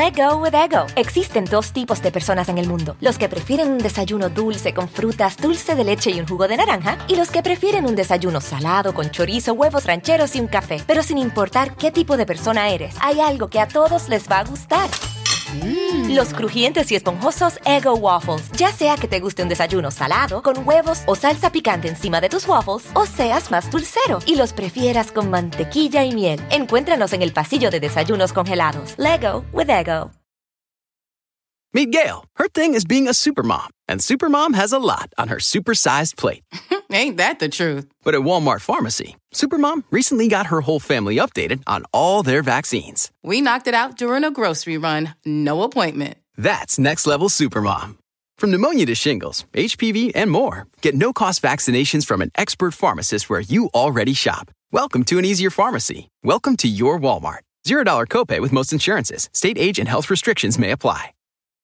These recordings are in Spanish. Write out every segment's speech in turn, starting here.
Let go with Eggo. Existen dos tipos de personas en el mundo. Los que prefieren un desayuno dulce con frutas, dulce de leche y un jugo de naranja. Y los que prefieren un desayuno salado con chorizo, huevos rancheros y un café. Pero sin importar qué tipo de persona eres, hay algo que a todos les va a gustar. Los crujientes y esponjosos Eggo Waffles. Ya sea que te guste un desayuno salado, con huevos o salsa picante encima de tus waffles, o seas más dulcero y los prefieras con mantequilla y miel. Encuéntranos en el pasillo de desayunos congelados. Lego with Eggo. Meet Gail. Her thing is being a supermom, and Supermom has a lot on her super-sized plate. Ain't that the truth? But at Walmart Pharmacy, Supermom recently got her whole family updated on all their vaccines. We knocked it out during a grocery run. No appointment. That's next-level Supermom. From pneumonia to shingles, HPV, and more, get no-cost vaccinations from an expert pharmacist where you already shop. Welcome to an easier pharmacy. Welcome to your Walmart. $0 copay with most insurances. State age and health restrictions may apply.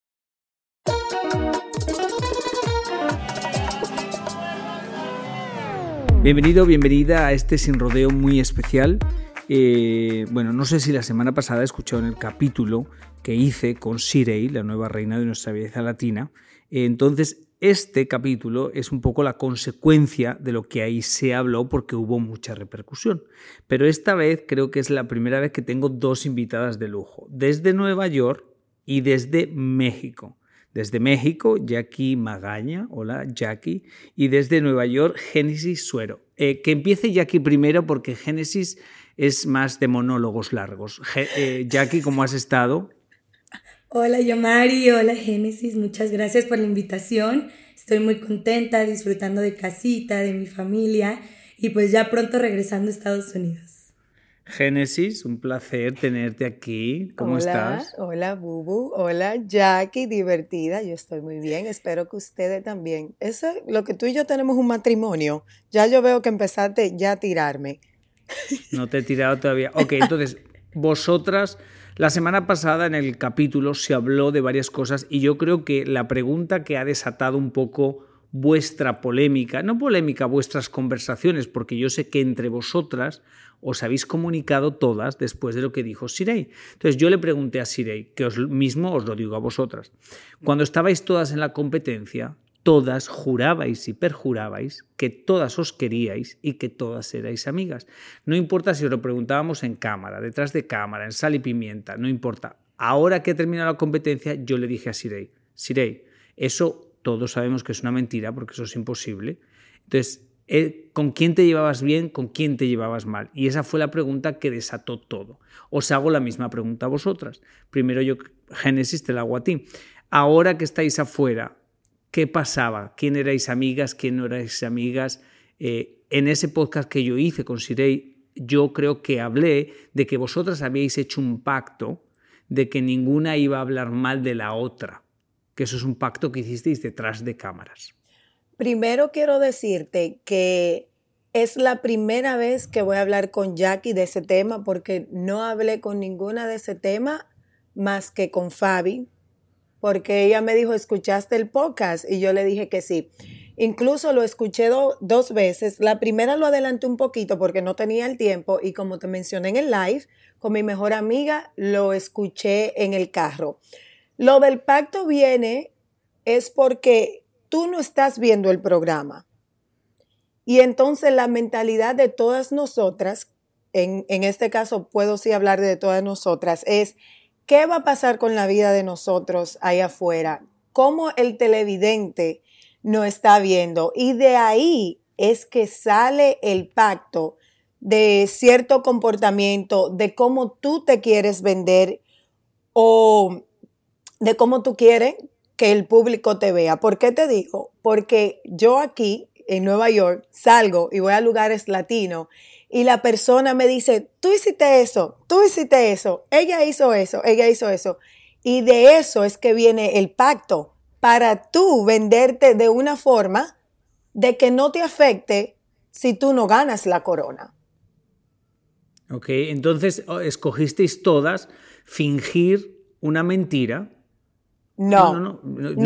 Bienvenido, bienvenida a este Sin Rodeo muy especial. Bueno, no sé si la semana pasada escucharon el capítulo que hice con Sirey, la nueva reina de nuestra belleza latina. Entonces, este capítulo es un poco la consecuencia de lo que ahí se habló porque hubo mucha repercusión. Pero esta vez creo que es la primera vez que tengo dos invitadas de lujo, desde Nueva York y desde México. Desde México, Jackie Magaña, hola Jackie, y desde Nueva York, Génesis Suero. Que empiece Jackie primero porque Génesis es más de monólogos largos. Jackie, ¿cómo has estado? Hola Yomari, hola Génesis, muchas gracias por la invitación. Estoy muy contenta, disfrutando de casita, de mi familia y pues ya pronto regresando a Estados Unidos. Génesis, un placer tenerte aquí. ¿Cómo estás? Hola, Bubu. Hola, Jackie, divertida. Yo estoy muy bien. Espero que ustedes también. Lo que tú y yo tenemos un matrimonio. Ya yo veo que empezaste ya a tirarme. No te he tirado todavía. Ok, entonces, vosotras, la semana pasada en el capítulo se habló de varias cosas y yo creo que la pregunta que ha desatado un poco vuestra polémica, no polémica, vuestras conversaciones, porque yo sé que entre vosotras os habéis comunicado todas después de lo que dijo Sirey. Entonces yo le pregunté a Sirey, que mismo os lo digo a vosotras, cuando estabais todas en la competencia, todas jurabais y perjurabais que todas os queríais y que todas erais amigas. No importa si os lo preguntábamos en cámara, detrás de cámara, en sal y pimienta, no importa. Ahora que ha terminado la competencia, yo le dije a Sirey, Sirey, eso todos sabemos que es una mentira porque eso es imposible. Entonces, ¿con quién te llevabas bien? ¿Con quién te llevabas mal? Y esa fue la pregunta que desató todo. Os hago la misma pregunta a vosotras. Primero yo, Génesis, te la hago a ti. Ahora que estáis afuera, ¿qué pasaba? ¿Quién erais amigas? ¿Quién no erais amigas? En ese podcast que yo hice con Sirey, yo creo que hablé de que vosotras habíais hecho un pacto de que ninguna iba a hablar mal de la otra. Que eso es un pacto que hicisteis detrás de cámaras. Primero quiero decirte que es la primera vez que voy a hablar con Jackie de ese tema porque no hablé con ninguna de ese tema más que con Fabi, porque ella me dijo, ¿escuchaste el podcast? Y yo le dije que sí. Incluso lo escuché dos veces. La primera lo adelanté un poquito porque no tenía el tiempo y como te mencioné en el live, con mi mejor amiga lo escuché en el carro. Lo del pacto es porque tú no estás viendo el programa. Y entonces la mentalidad de todas nosotras, en este caso puedo sí hablar de todas nosotras, es ¿qué va a pasar con la vida de nosotros ahí afuera? ¿Cómo el televidente no está viendo? Y de ahí es que sale el pacto de cierto comportamiento, de cómo tú te quieres vender o de cómo tú quieres que el público te vea. ¿Por qué te digo? Porque yo aquí en Nueva York salgo y voy a lugares latinos y la persona me dice, tú hiciste eso, ella hizo eso. Y de eso es que viene el pacto, para tú venderte de una forma de que no te afecte si tú no ganas la corona. Ok, entonces escogisteis todas fingir una mentira. No.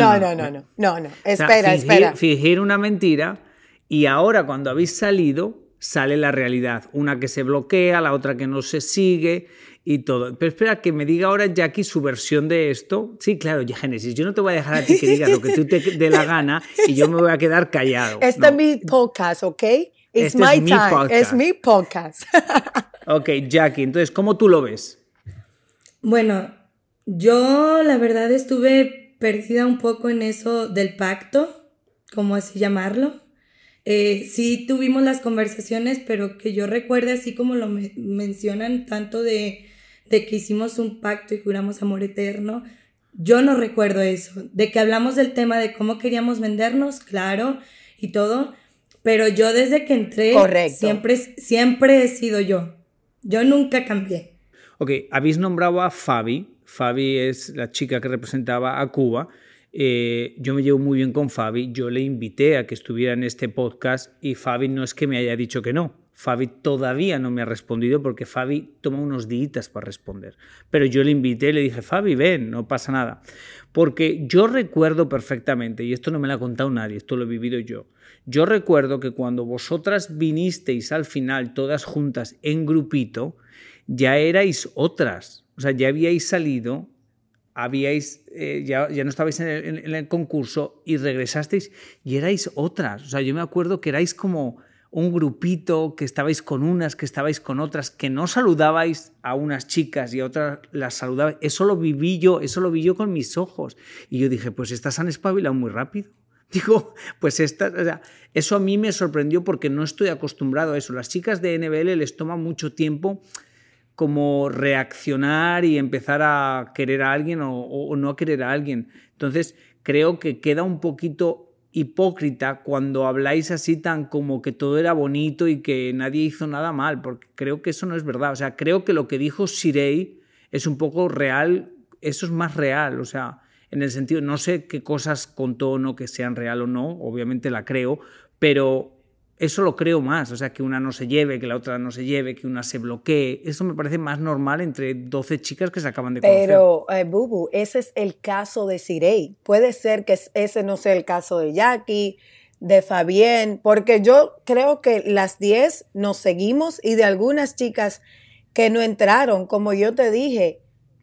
Espera. Fingir una mentira y ahora cuando habéis salido sale la realidad. Una que se bloquea, la otra que no se sigue y todo. Pero espera, que me diga ahora Jackie su versión de esto. Sí, claro, Génesis, yo no te voy a dejar a ti que digas lo que tú te dé la gana y yo me voy a quedar callado. Este es mi podcast, ¿ok? It's my time. Es mi podcast. Ok, Jackie, entonces, ¿cómo tú lo ves? Bueno, yo la verdad estuve perdida un poco en eso del pacto, como así llamarlo. Sí tuvimos las conversaciones, pero que yo recuerde así como lo mencionan tanto de que hicimos un pacto y juramos amor eterno, yo no recuerdo eso. De que hablamos del tema de cómo queríamos vendernos, claro, y todo, pero yo desde que entré siempre he sido yo. Yo nunca cambié. Ok, habéis nombrado a Fabi. Fabi es la chica que representaba a Cuba. Yo me llevo muy bien con Fabi. Yo le invité a que estuviera en este podcast y Fabi no es que me haya dicho que no. Fabi todavía no me ha respondido porque Fabi toma unos días para responder. Pero yo le invité y le dije, Fabi, ven, no pasa nada. Porque yo recuerdo perfectamente, y esto no me lo ha contado nadie, esto lo he vivido yo. Yo recuerdo que cuando vosotras vinisteis al final todas juntas en grupito, ya erais otras. O sea, ya habíais salido, ya no estabais en el concurso y regresasteis y erais otras. O sea, yo me acuerdo que erais como un grupito, que estabais con unas, que estabais con otras, que no saludabais a unas chicas y a otras las saludabais. Eso lo viví yo con mis ojos. Y yo dije, pues estas han espabilado muy rápido. Digo, pues o sea, eso a mí me sorprendió porque no estoy acostumbrado a eso. Las chicas de NBL les toma mucho tiempo como reaccionar y empezar a querer a alguien o no a querer a alguien. Entonces, creo que queda un poquito hipócrita cuando habláis así tan como que todo era bonito y que nadie hizo nada mal, porque creo que eso no es verdad. O sea, creo que lo que dijo Shirei es un poco real, eso es más real, o sea, en el sentido, no sé qué cosas contó o no que sean real o no, obviamente la creo, pero eso lo creo más, o sea, que una no se lleve, que la otra no se lleve, que una se bloquee, eso me parece más normal entre 12 chicas que se acaban de conocer. Pero, Bubu, ese es el caso de Shirei. Puede ser que ese no sea el caso de Jackie, de Fabienne, porque yo creo que las 10 nos seguimos y de algunas chicas que no entraron, como yo te dije,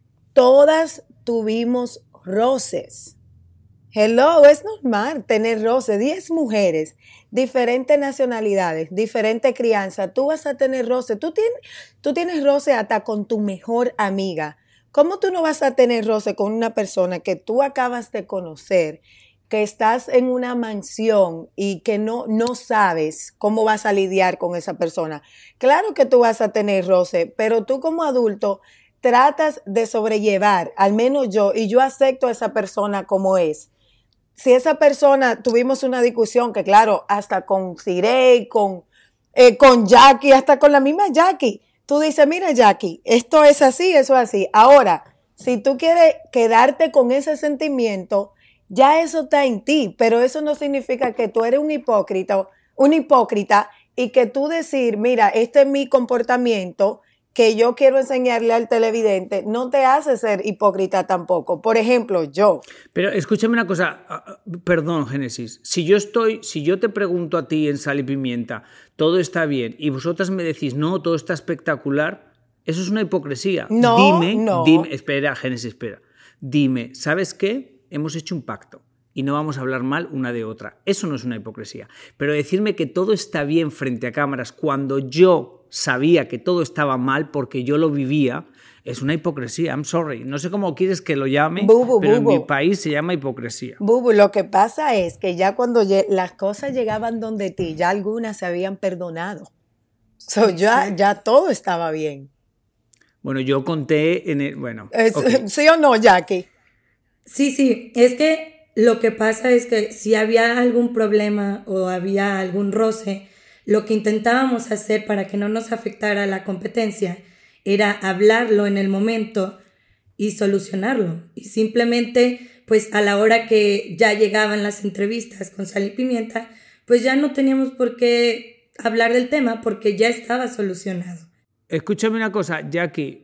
todas tuvimos roces. Hello, es normal tener roces. 10 mujeres, diferentes nacionalidades, diferente crianza. Tú vas a tener roces. Tú tienes roces hasta con tu mejor amiga. ¿Cómo tú no vas a tener roces con una persona que tú acabas de conocer, que estás en una mansión y que no sabes cómo vas a lidiar con esa persona? Claro que tú vas a tener roces, pero tú como adulto tratas de sobrellevar, al menos yo, y yo acepto a esa persona como es. Si esa persona, tuvimos una discusión que claro, hasta con Shirei, con Jackie, hasta con la misma Jackie, tú dices, mira Jackie, esto es así, eso es así. Ahora, si tú quieres quedarte con ese sentimiento, ya eso está en ti, pero eso no significa que tú eres un hipócrita y que tú decir, mira, este es mi comportamiento que yo quiero enseñarle al televidente, no te hace ser hipócrita tampoco. Por ejemplo, yo. Pero escúchame una cosa, perdón, Génesis, si yo te pregunto a ti en Sal y Pimienta, todo está bien, y vosotras me decís, no, todo está espectacular, eso es una hipocresía. Dime, espera, Génesis, espera. Dime, ¿sabes qué? Hemos hecho un pacto y no vamos a hablar mal una de otra. Eso no es una hipocresía. Pero decirme que todo está bien frente a cámaras cuando yo sabía que todo estaba mal porque yo lo vivía, es una hipocresía. I'm sorry. No sé cómo quieres que lo llame, pero en mi país se llama hipocresía. Bubu, lo que pasa es que ya cuando las cosas llegaban donde ti, ya algunas se habían perdonado. Ya todo estaba bien. Bueno, yo conté okay. ¿Sí o no, Jackie? Sí. Es que lo que pasa es que si había algún problema o había algún roce, lo que intentábamos hacer para que no nos afectara la competencia era hablarlo en el momento y solucionarlo. Y simplemente, pues a la hora que ya llegaban las entrevistas con Sal y Pimienta, pues ya no teníamos por qué hablar del tema porque ya estaba solucionado. Escúchame una cosa, Jackie.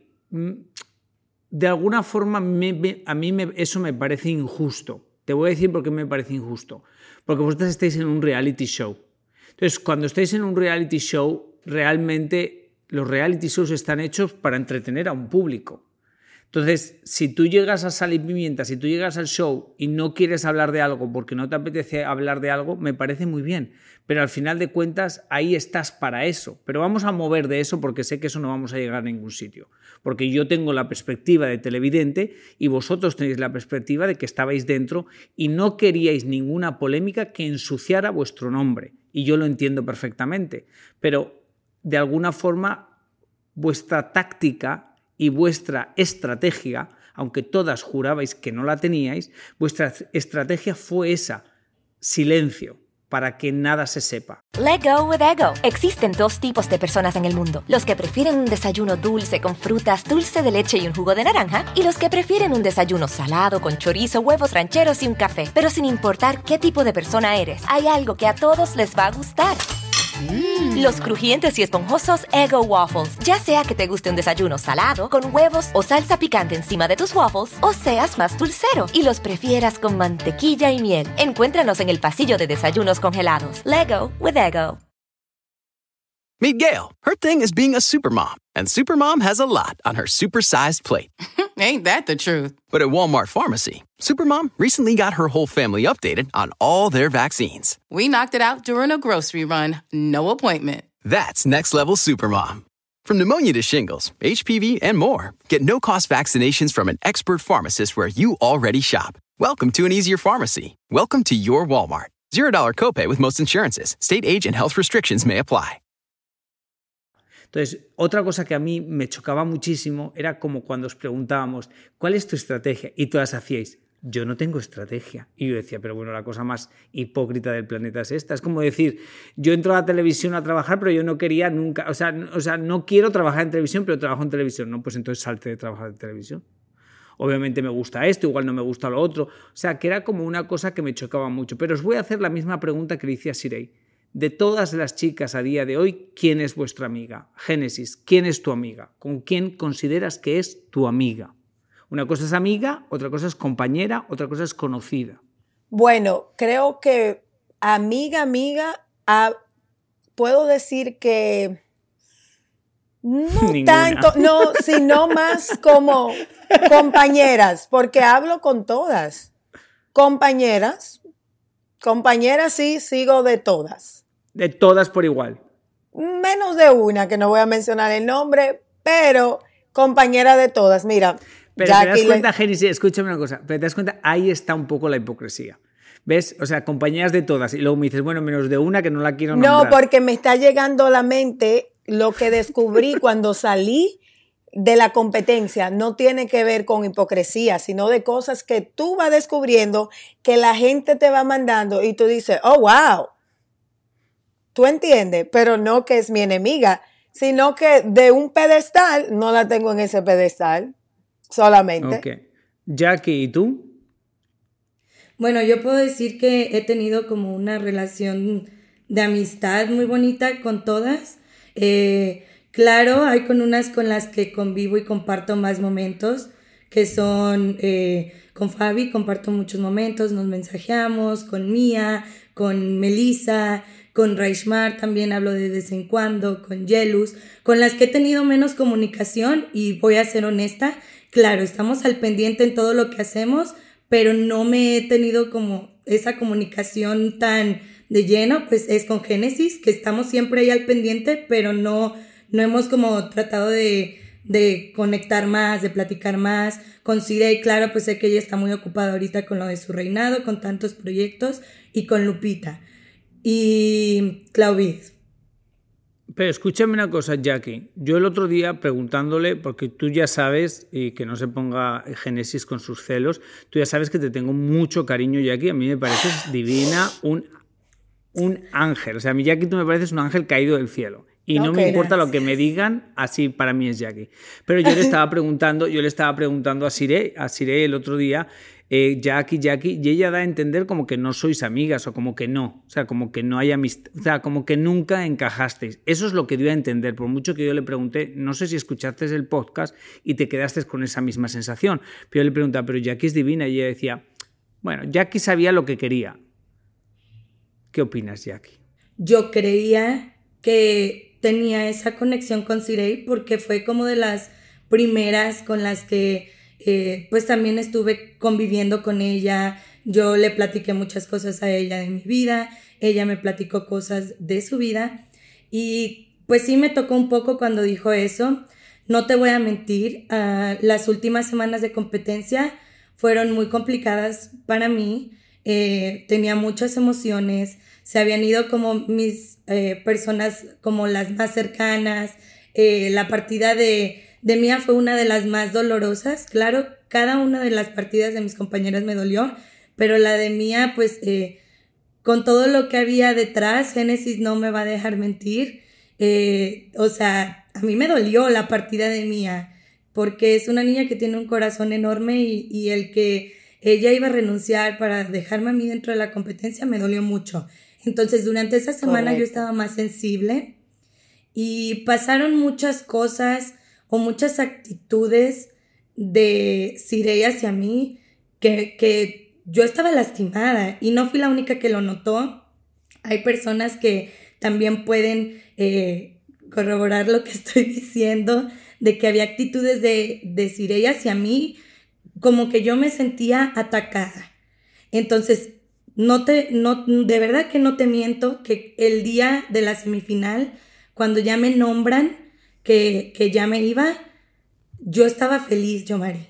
De alguna forma a mí eso me parece injusto. Te voy a decir por qué me parece injusto. Porque vosotros estáis en un reality show. Entonces, cuando estáis en un reality show, realmente los reality shows están hechos para entretener a un público. Entonces, si tú llegas a Sal y Pimienta, si tú llegas al show y no quieres hablar de algo porque no te apetece hablar de algo, me parece muy bien. Pero al final de cuentas, ahí estás para eso. Pero vamos a mover de eso porque sé que eso no vamos a llegar a ningún sitio. Porque yo tengo la perspectiva de televidente y vosotros tenéis la perspectiva de que estabais dentro y no queríais ninguna polémica que ensuciara vuestro nombre. Y yo lo entiendo perfectamente. Pero, de alguna forma, vuestra táctica y vuestra estrategia, aunque todas jurabais que no la teníais, vuestra estrategia fue esa, silencio, para que nada se sepa. Let go with ego. Existen dos tipos de personas en el mundo. Los que prefieren un desayuno dulce con frutas, dulce de leche y un jugo de naranja. Y los que prefieren un desayuno salado con chorizo, huevos rancheros y un café. Pero sin importar qué tipo de persona eres, hay algo que a todos les va a gustar. Los crujientes y esponjosos Eggo Waffles. Ya sea que te guste un desayuno salado, con huevos o salsa picante encima de tus waffles, o seas más dulcero y los prefieras con mantequilla y miel. Encuéntranos en el pasillo de desayunos congelados. Lego with Eggo. Meet Gail. Her thing is being a supermom, and Supermom has a lot on her supersized plate. Ain't that the truth? But at Walmart Pharmacy, Supermom recently got her whole family updated on all their vaccines. We knocked it out during a grocery run. No appointment. That's next level Supermom. From pneumonia to shingles, HPV, and more, get no-cost vaccinations from an expert pharmacist where you already shop. Welcome to an easier pharmacy. Welcome to your Walmart. $0 copay with most insurances. State age and health restrictions may apply. Entonces, otra cosa que a mí me chocaba muchísimo era como cuando os preguntábamos, ¿cuál es tu estrategia? Y todas hacíais, yo no tengo estrategia. Y yo decía, pero bueno, la cosa más hipócrita del planeta es esta. Es como decir, yo entro a la televisión a trabajar, pero yo no quería nunca, o sea, no quiero trabajar en televisión, pero trabajo en televisión. No, pues entonces salte de trabajar en televisión. Obviamente me gusta esto, igual no me gusta lo otro. O sea, que era como una cosa que me chocaba mucho. Pero os voy a hacer la misma pregunta que le hice a Sirey. De todas las chicas a día de hoy, ¿quién es vuestra amiga? Génesis, ¿quién es tu amiga? ¿Con quién consideras que es tu amiga? Una cosa es amiga, otra cosa es compañera, otra cosa es conocida. Bueno, creo que amiga, puedo decir que no tanto, no, sino más como compañeras, porque hablo con todas. Compañeras sí, sigo de todas. De todas por igual. Menos de una, que no voy a mencionar el nombre, pero compañera de todas. Mira, pero te das cuenta, Génesis, escúchame una cosa, pero te das cuenta, ahí está un poco la hipocresía. ¿Ves? O sea, compañeras de todas. Y luego me dices, bueno, menos de una que no la quiero nombrar. No, porque me está llegando a la mente lo que descubrí cuando salí de la competencia. No tiene que ver con hipocresía, sino de cosas que tú vas descubriendo, que la gente te va mandando y tú dices, oh, wow. ¿Tú entiendes? Pero no que es mi enemiga, sino que de un pedestal no la tengo en ese pedestal solamente. Ok. Jackie, ¿y tú? Bueno, yo puedo decir que he tenido como una relación de amistad muy bonita con todas. Claro, hay con unas con las que convivo y comparto más momentos, que son con Fabi, comparto muchos momentos, nos mensajeamos, con Mía, con Melissa, con Raishmar también hablo de vez en cuando, con Yelus, con las que he tenido menos comunicación y voy a ser honesta, claro, estamos al pendiente en todo lo que hacemos, pero no me he tenido como esa comunicación tan de lleno, pues es con Génesis, que estamos siempre ahí al pendiente, pero no hemos como tratado de conectar más, de platicar más. Con Sirey, claro, pues sé que ella está muy ocupada ahorita con lo de su reinado, con tantos proyectos, y con Lupita. Y Clauvid. Pero escúchame una cosa, Jackie. Yo el otro día preguntándole, porque tú ya sabes, y que no se ponga Génesis con sus celos, tú ya sabes que te tengo mucho cariño, Jackie. A mí me pareces divina, un ángel. O sea, a mí, Jackie, tú me pareces un ángel caído del cielo. Y no me importa lo que me digan, así para mí es Jackie. Pero yo le estaba preguntando a Sirey el otro día, Jackie, y ella da a entender como que no sois amigas o como que no. O sea, como que no hay amistad, o sea, como que nunca encajasteis. Eso es lo que dio a entender, por mucho que yo le pregunté, no sé si escuchaste el podcast y te quedaste con esa misma sensación. Pero yo le preguntaba, pero Jackie es divina, y ella decía, bueno, Jackie sabía lo que quería. ¿Qué opinas, Jackie? Yo creía que tenía esa conexión con Sirey porque fue como de las primeras con las que pues también estuve conviviendo con ella. Yo le platiqué muchas cosas a ella de mi vida, ella me platicó cosas de su vida y pues sí me tocó un poco cuando dijo eso. No te voy a mentir, las últimas semanas de competencia fueron muy complicadas para mí. Tenía muchas emociones, se habían ido como mis personas como las más cercanas. La partida de Mía fue una de las más dolorosas. Claro, cada una de las partidas de mis compañeras me dolió, pero la de Mía, pues con todo lo que había detrás, Génesis no me va a dejar mentir. O sea, a mí me dolió la partida de Mía, porque es una niña que tiene un corazón enorme y el que ella iba a renunciar para dejarme a mí dentro de la competencia me dolió mucho. Entonces, durante esa semana yo estaba más sensible y pasaron muchas cosas o muchas actitudes de Sirey hacia mí que yo estaba lastimada y no fui la única que lo notó. Hay personas que también pueden corroborar lo que estoy diciendo, de que había actitudes de Sirey hacia mí como que yo me sentía atacada. Entonces, de verdad que no te miento que el día de la semifinal, cuando ya me nombran que ya me iba, yo estaba feliz, Yomari.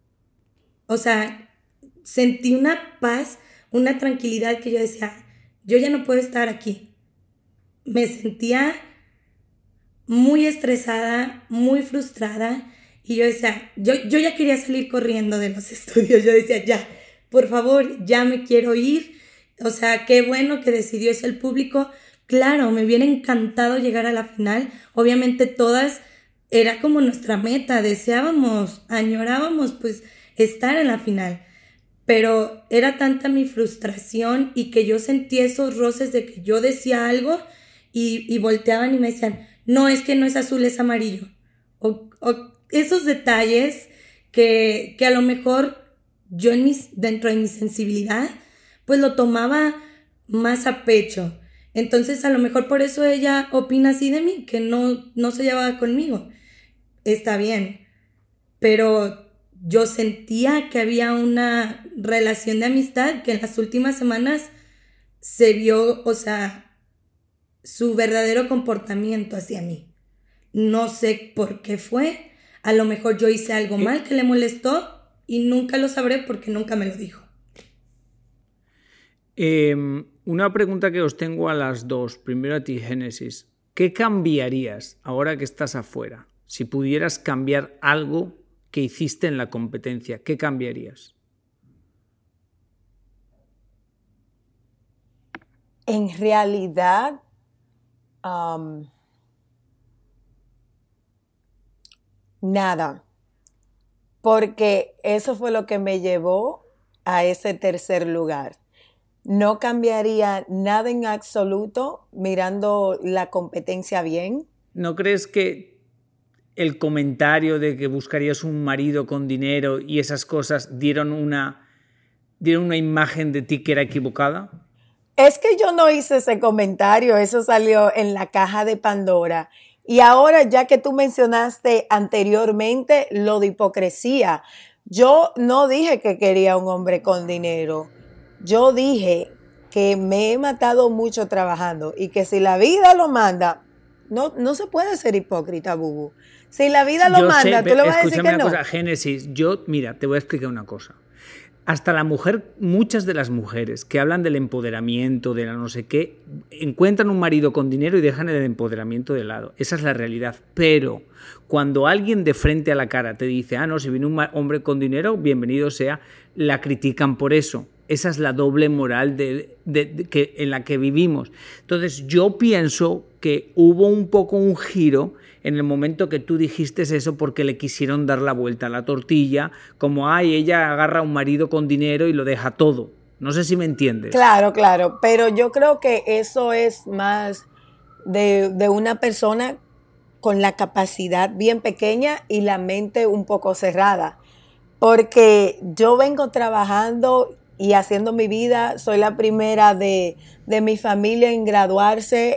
O sea, sentí una paz, una tranquilidad que yo decía, yo ya no puedo estar aquí. Me sentía muy estresada, muy frustrada y yo decía, yo ya quería salir corriendo de los estudios. Yo decía, ya, por favor, ya me quiero ir. O sea, qué bueno que decidió eso el público. Claro, me hubiera encantado llegar a la final. Obviamente todas era como nuestra meta, deseábamos, añorábamos pues estar en la final. Pero era tanta mi frustración y que yo sentía esos roces de que yo decía algo y volteaban y me decían, no, es que no es azul, es amarillo. O esos detalles que a lo mejor yo dentro de mi sensibilidad pues lo tomaba más a pecho. Entonces a lo mejor por eso ella opina así de mí, que no se llevaba conmigo. Está bien, pero yo sentía que había una relación de amistad que en las últimas semanas se vio, o sea, su verdadero comportamiento hacia mí. No sé por qué fue. A lo mejor yo hice algo mal que le molestó y nunca lo sabré porque nunca me lo dijo. Una pregunta que os tengo a las dos. Primero a ti, Génesis. ¿Qué cambiarías ahora que estás afuera? Si pudieras cambiar algo que hiciste en la competencia, ¿qué cambiarías? En realidad, nada, porque eso fue lo que me llevó a ese tercer lugar. No cambiaría nada en absoluto mirando la competencia bien. ¿No crees que el comentario de que buscarías un marido con dinero y esas cosas dieron una imagen de ti que era equivocada? Es que yo no hice ese comentario, eso salió en la caja de Pandora. Y ahora, ya que tú mencionaste anteriormente lo de hipocresía, yo no dije que quería un hombre con dinero. Yo dije que me he matado mucho trabajando y que si la vida lo manda, no se puede ser hipócrita, Bubu. Si la vida lo manda, tú le vas a decir que no. Cosa, Génesis, mira, te voy a explicar una cosa. Hasta la mujer, muchas de las mujeres que hablan del empoderamiento, de la no sé qué, encuentran un marido con dinero y dejan el empoderamiento de lado. Esa es la realidad. Pero cuando alguien de frente a la cara te dice, no, si viene un hombre con dinero, bienvenido sea, la critican por eso. Esa es la doble moral en la que vivimos. Entonces, yo pienso que hubo un poco un giro en el momento que tú dijiste eso porque le quisieron dar la vuelta a la tortilla, como, ella agarra a un marido con dinero y lo deja todo. No sé si me entiendes. Claro, pero yo creo que eso es más de una persona con la capacidad bien pequeña y la mente un poco cerrada. Porque yo vengo trabajando y haciendo mi vida, soy la primera de mi familia en graduarse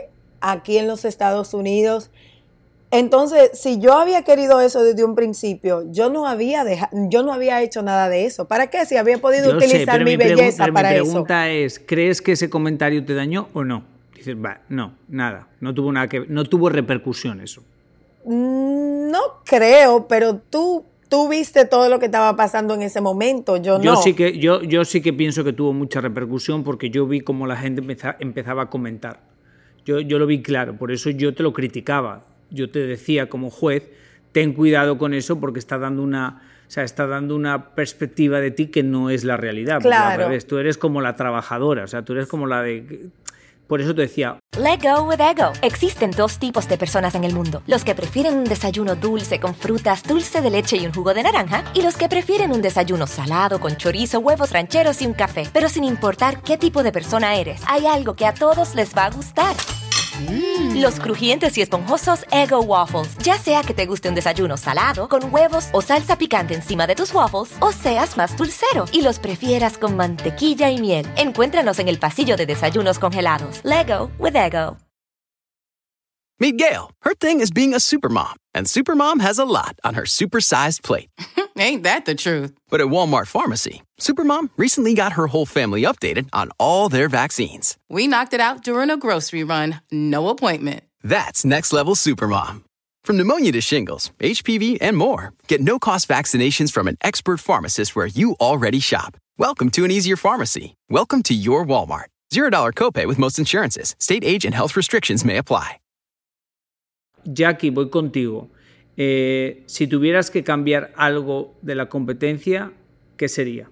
aquí en los Estados Unidos. Entonces, si yo había querido eso desde un principio, yo no había hecho nada de eso. ¿Para qué? Si había podido utilizar mi belleza para eso. Mi pregunta es, ¿crees que ese comentario te dañó o no? Dices, no, nada, no tuvo repercusión eso. No creo, pero tú viste todo lo que estaba pasando en ese momento, yo no. Yo sí que pienso que tuvo mucha repercusión porque yo vi cómo la gente empezaba a comentar. Yo lo vi claro, por eso yo te lo criticaba. Yo te decía como juez, ten cuidado con eso porque está dando una perspectiva de ti que no es la realidad. Claro. Al revés, tú eres como la trabajadora, o sea, tú eres como la de... Por eso te decía... Let go with ego. Existen dos tipos de personas en el mundo. Los que prefieren un desayuno dulce con frutas, dulce de leche y un jugo de naranja. Y los que prefieren un desayuno salado con chorizo, huevos rancheros y un café. Pero sin importar qué tipo de persona eres, hay algo que a todos les va a gustar. Los crujientes y esponjosos Eggo Waffles. Ya sea que te guste un desayuno salado, con huevos o salsa picante encima de tus waffles, o seas más dulcero y los prefieras con mantequilla y miel. Encuéntranos en el pasillo de desayunos congelados. Lego with Eggo. Meet Gail. Her thing is being a supermom, and Supermom has a lot on her super-sized plate. Ain't that the truth? But at Walmart Pharmacy, Supermom recently got her whole family updated on all their vaccines. We knocked it out during a grocery run. No appointment. That's next-level Supermom. From pneumonia to shingles, HPV, and more, get no-cost vaccinations from an expert pharmacist where you already shop. Welcome to an easier pharmacy. Welcome to your Walmart. $0 copay with most insurances. State age and health restrictions may apply. Jackie, voy contigo. Si tuvieras que cambiar algo de la competencia, ¿qué sería?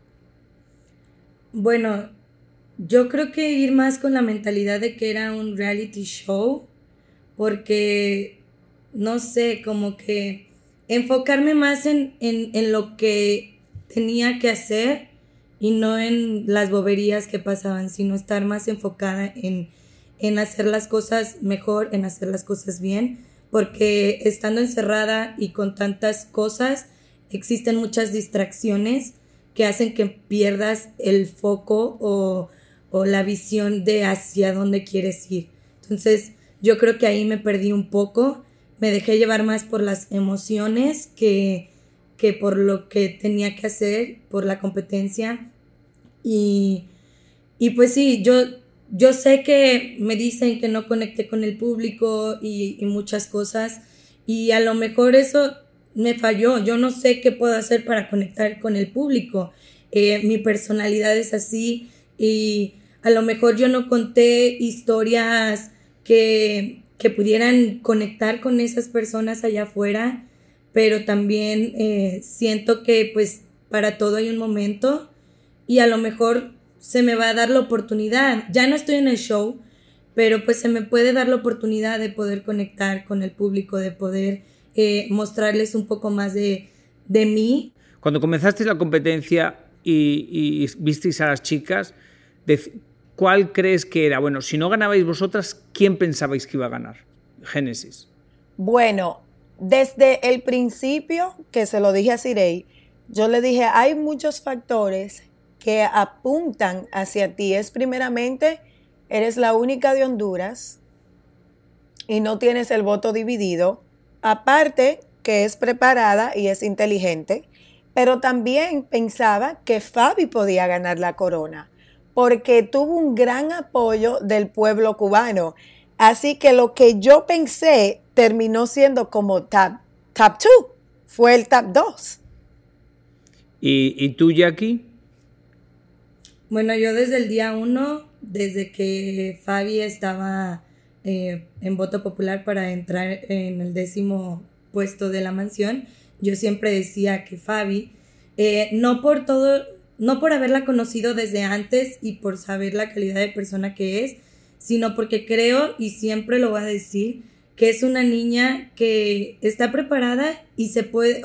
Bueno, yo creo que ir más con la mentalidad de que era un reality show, porque, no sé, como que enfocarme más en lo que tenía que hacer y no en las boberías que pasaban, sino estar más enfocada en hacer las cosas mejor, en hacer las cosas bien, porque estando encerrada y con tantas cosas, existen muchas distracciones que hacen que pierdas el foco o la visión de hacia dónde quieres ir. Entonces, yo creo que ahí me perdí un poco, me dejé llevar más por las emociones que por lo que tenía que hacer, por la competencia. Y pues sí, yo sé que me dicen que no conecté con el público y muchas cosas, y a lo mejor eso me falló. Yo no sé qué puedo hacer para conectar con el público. Mi personalidad es así y a lo mejor yo no conté historias que pudieran conectar con esas personas allá afuera, pero también siento que pues para todo hay un momento y a lo mejor se me va a dar la oportunidad. Ya no estoy en el show, pero pues se me puede dar la oportunidad de poder conectar con el público, de poder mostrarles un poco más de mí. Cuando comenzasteis la competencia y visteis a las chicas, ¿cuál crees que era? Bueno, si no ganabais vosotras, ¿quién pensabais que iba a ganar? Génesis. Bueno, desde el principio, que se lo dije a Sirey, yo le dije, hay muchos factores que apuntan hacia ti. Es primeramente, eres la única de Honduras y no tienes el voto dividido. Aparte, que es preparada y es inteligente, pero también pensaba que Fabi podía ganar la corona porque tuvo un gran apoyo del pueblo cubano. Así que lo que yo pensé terminó siendo como top 2, fue el top 2. ¿Y tú, Jackie? Bueno, yo desde el día 1, desde que Fabi estaba en voto popular para entrar en el 10º puesto de la mansión, yo siempre decía que Fabi, no por haberla conocido desde antes y por saber la calidad de persona que es, sino porque creo, y siempre lo voy a decir, que es una niña que está preparada y se puede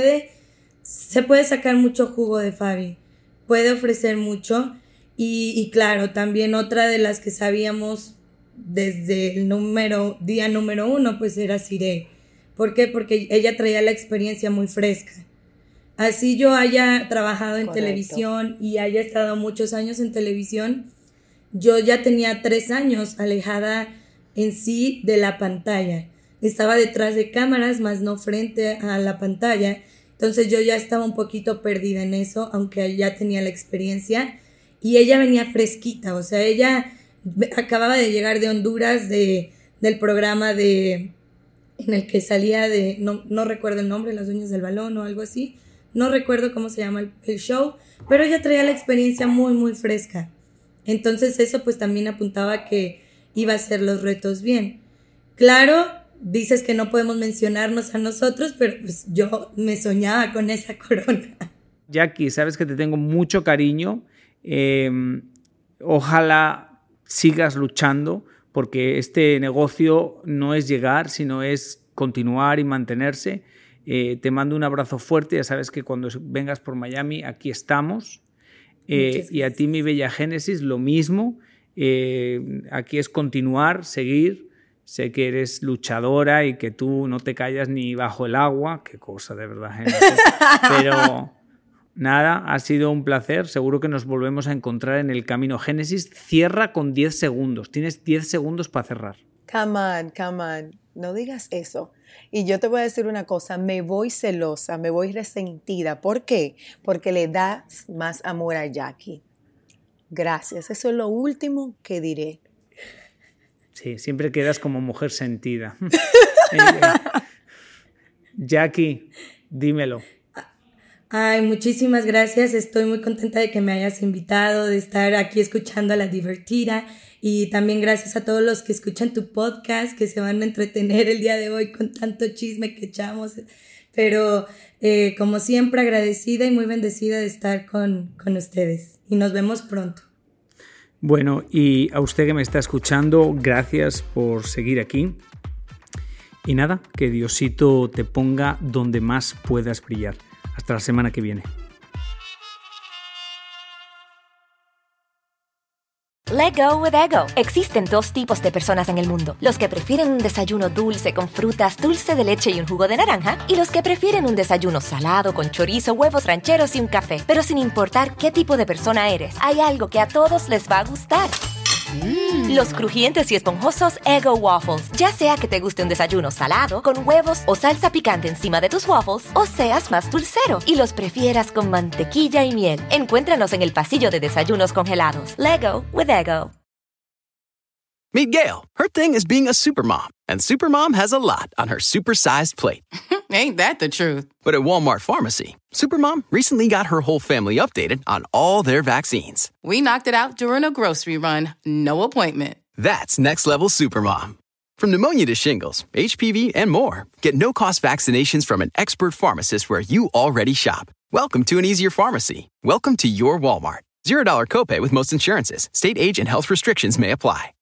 sacar mucho jugo de Fabi. Puede ofrecer mucho y claro, también otra de las que sabíamos desde el día número 1 pues era Sirey. ¿Por qué? Porque ella traía la experiencia muy fresca. Así yo haya trabajado en televisión y haya estado muchos años en televisión, yo ya tenía 3 años alejada en sí de la pantalla. Estaba detrás de cámaras, más no frente a la pantalla. Entonces yo ya estaba un poquito perdida en eso, aunque ya tenía la experiencia. Y ella venía fresquita, o sea, ella acababa de llegar de Honduras, del programa en el que salía no recuerdo el nombre, Las Dueñas del Balón o algo así. No recuerdo cómo se llama el show, pero ella traía la experiencia muy, muy fresca. Entonces eso pues también apuntaba a que iba a hacer los retos bien. Claro, dices que no podemos mencionarnos a nosotros, pero pues yo me soñaba con esa corona. Jackie, sabes que te tengo mucho cariño. Ojalá sigas luchando, porque este negocio no es llegar, sino es continuar y mantenerse. Te mando un abrazo fuerte. Ya sabes que cuando vengas por Miami, aquí estamos. Y a ti, mi bella Génesis, lo mismo. Aquí es continuar, seguir. Sé que eres luchadora y que tú no te callas ni bajo el agua. Qué cosa, de verdad, Génesis. Pero nada, ha sido un placer. Seguro que nos volvemos a encontrar en el camino. Génesis, cierra con 10 segundos. Tienes 10 segundos para cerrar. Come on. No digas eso. Y yo te voy a decir una cosa, me voy celosa, me voy resentida. ¿Por qué? Porque le das más amor a Jackie. Gracias, eso es lo último que diré. Sí, siempre quedas como mujer sentida. Jackie, dímelo. Ay, muchísimas gracias. Estoy muy contenta de que me hayas invitado, de estar aquí escuchando a La Divertida. Y también gracias a todos los que escuchan tu podcast, que se van a entretener el día de hoy con tanto chisme que echamos. Pero como siempre, agradecida y muy bendecida de estar con ustedes. Y nos vemos pronto. Bueno, y a usted que me está escuchando, gracias por seguir aquí. Y nada, que Diosito te ponga donde más puedas brillar. Hasta la semana que viene. Let go with ego. Existen dos tipos de personas en el mundo. Los que prefieren un desayuno dulce con frutas, dulce de leche y un jugo de naranja. Y los que prefieren un desayuno salado con chorizo, huevos rancheros y un café. Pero sin importar qué tipo de persona eres, hay algo que a todos les va a gustar. Los crujientes y esponjosos Eggo Waffles. Ya sea que te guste un desayuno salado, con huevos o salsa picante encima de tus waffles, o seas más dulcero y los prefieras con mantequilla y miel. Encuéntranos en el pasillo de desayunos congelados. Leggo with Eggo. Meet Gail. Her thing is being a supermom, and Supermom has a lot on her supersized plate. Ain't that the truth? But at Walmart Pharmacy, Supermom recently got her whole family updated on all their vaccines. We knocked it out during a grocery run. No appointment. That's next level Supermom. From pneumonia to shingles, HPV, and more, get no-cost vaccinations from an expert pharmacist where you already shop. Welcome to an easier pharmacy. Welcome to your Walmart. $0 copay with most insurances. State age and health restrictions may apply.